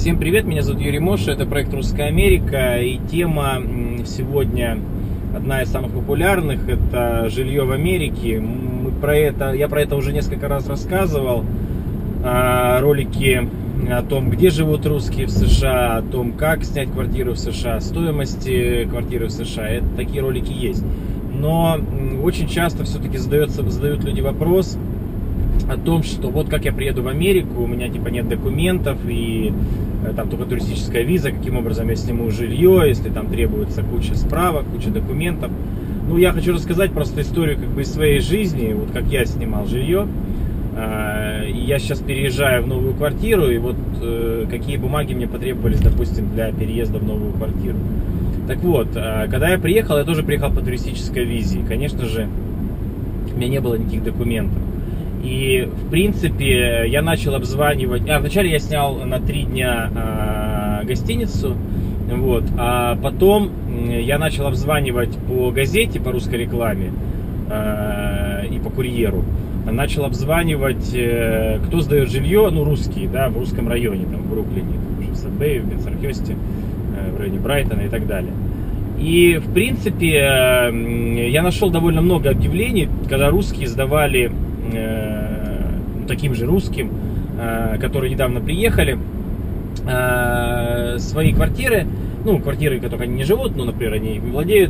Всем привет, меня зовут Юрий Моша, это проект «Русская Америка», и тема сегодня одна из самых популярных, это жилье в Америке. Я про это уже несколько раз рассказывал, ролики о том, где живут русские в США, о том, как снять квартиру в США, стоимости квартиры в США, такие ролики есть. Но очень часто все-таки задают люди вопрос о том, что вот как я приеду в Америку, у меня типа нет документов и там только туристическая виза, каким образом я сниму жилье, если там требуется куча справок, куча документов. Ну, я хочу рассказать просто историю как бы из своей жизни, вот как я снимал жилье. И я сейчас переезжаю в новую квартиру, и вот какие бумаги мне потребовались, допустим, для переезда в новую квартиру. Так вот, когда я приехал, я тоже приехал по туристической визе. И, конечно же, у меня не было никаких документов. И, в принципе, я начал обзванивать... вначале я снял на 3 дня гостиницу, вот, а потом я начал обзванивать по газете, по русской рекламе и по курьеру. Начал обзванивать, кто сдает жилье, ну, русские, да, в русском районе, там, в Бруклине, в Сет-Бэй, в Пенсерхёсте, в районе Брайтона и так далее. И, в принципе, я нашел довольно много объявлений, когда русские сдавали таким же русским, которые недавно приехали, свои квартиры, ну, квартиры, в которых они не живут, ну, например, они их владеют,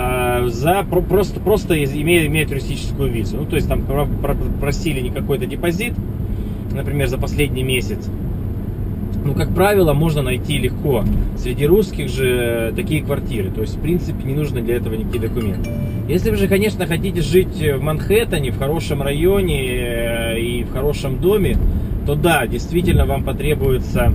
просто имея туристическую визу. Ну, то есть там просили не какой-то депозит, например, за последний месяц. Ну, как правило, можно найти легко среди русских же такие квартиры. То есть, в принципе, не нужно для этого никакие документы. Если вы же, конечно, хотите жить в Манхэттене, в хорошем районе и в хорошем доме, то да, действительно вам потребуются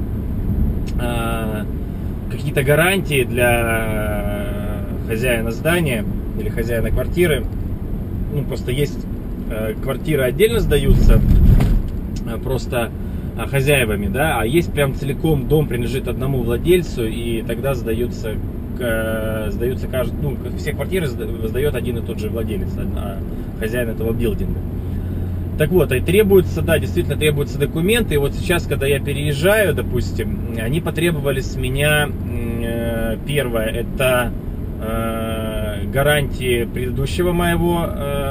какие-то гарантии для хозяина здания или хозяина квартиры. Ну, просто есть квартиры отдельно сдаются, просто хозяевами, да, а есть прям целиком дом принадлежит одному владельцу, и тогда сдаются каждый, ну, все квартиры сдает один и тот же владелец, хозяин этого билдинга. Так вот, и требуется, да, действительно требуются документы. И вот сейчас, когда я переезжаю, допустим, они потребовали с меня, первое, это гарантии предыдущего моего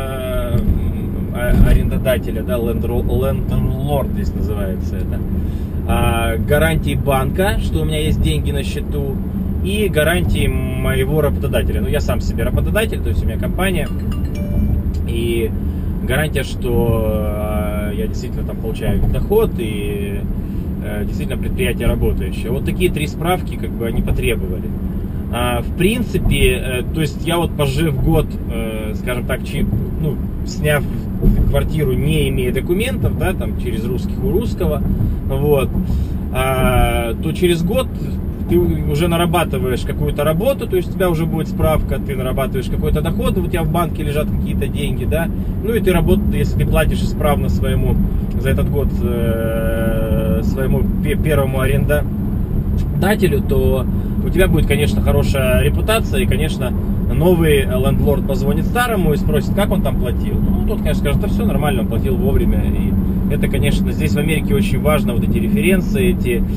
арендодателя, да, лендлорд здесь называется это, гарантии банка, что у меня есть деньги на счету, и гарантии моего работодателя. Ну, я сам себе работодатель, то есть у меня компания, и гарантия, что я действительно там получаю доход и действительно предприятие работающее. Вот такие 3 справки как бы они потребовали. В принципе, то есть я вот, пожив год, скажем так, ну, сняв квартиру, не имея документов, да, там через русских у русского, вот, то через год ты уже нарабатываешь какую-то работу, то есть у тебя уже будет справка, ты нарабатываешь какой-то доход, у тебя в банке лежат какие-то деньги, да, ну и ты работаешь, если ты платишь исправно своему за этот год своему первому арендодателю, то у тебя будет, конечно, хорошая репутация, и, конечно, новый лендлорд позвонит старому и спросит, как он там платил. Ну, тот, конечно, скажет, да все нормально, он платил вовремя. И это, конечно, здесь в Америке очень важно, вот эти референсы,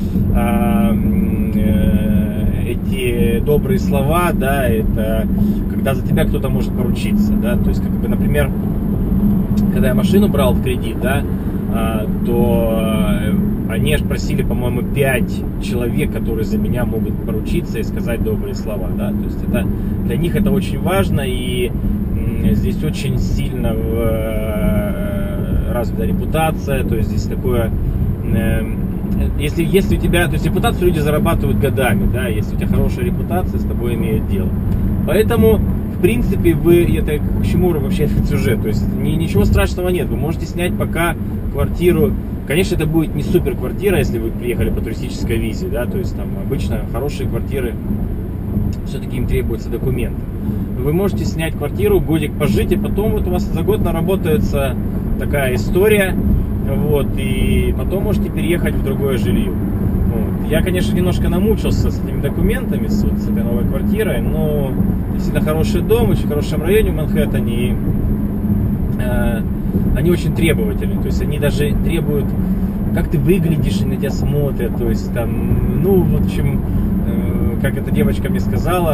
эти добрые слова, да, это когда за тебя кто-то может поручиться, да, то есть, как бы, например, когда я машину брал в кредит, да, то они аж просили, по-моему, 5 человек, которые за меня могут поручиться и сказать добрые слова, да, то есть это, для них это очень важно, и здесь очень сильно развита репутация, то есть здесь такое, если у тебя, то есть репутацию люди зарабатывают годами, да, если у тебя хорошая репутация, с тобой имеют дело, поэтому, в принципе, это к чему вообще этот сюжет, то есть ничего страшного нет, вы можете снять пока квартиру. Конечно, это будет не супер квартира, если вы приехали по туристической визе, да, то есть там обычно хорошие квартиры, все-таки им требуются документы. Вы можете снять квартиру, годик пожить, и потом вот у вас за год наработается такая история, вот, и потом можете переехать в другое жилье. Вот. Я, конечно, немножко намучился с этими документами, с этой новой квартирой, но действительно хороший дом, очень хорошем районе в Манхэттене, и они очень требовательны, то есть они даже требуют как ты выглядишь, и на тебя смотрят, то есть там, ну, в общем, как эта девочка мне сказала,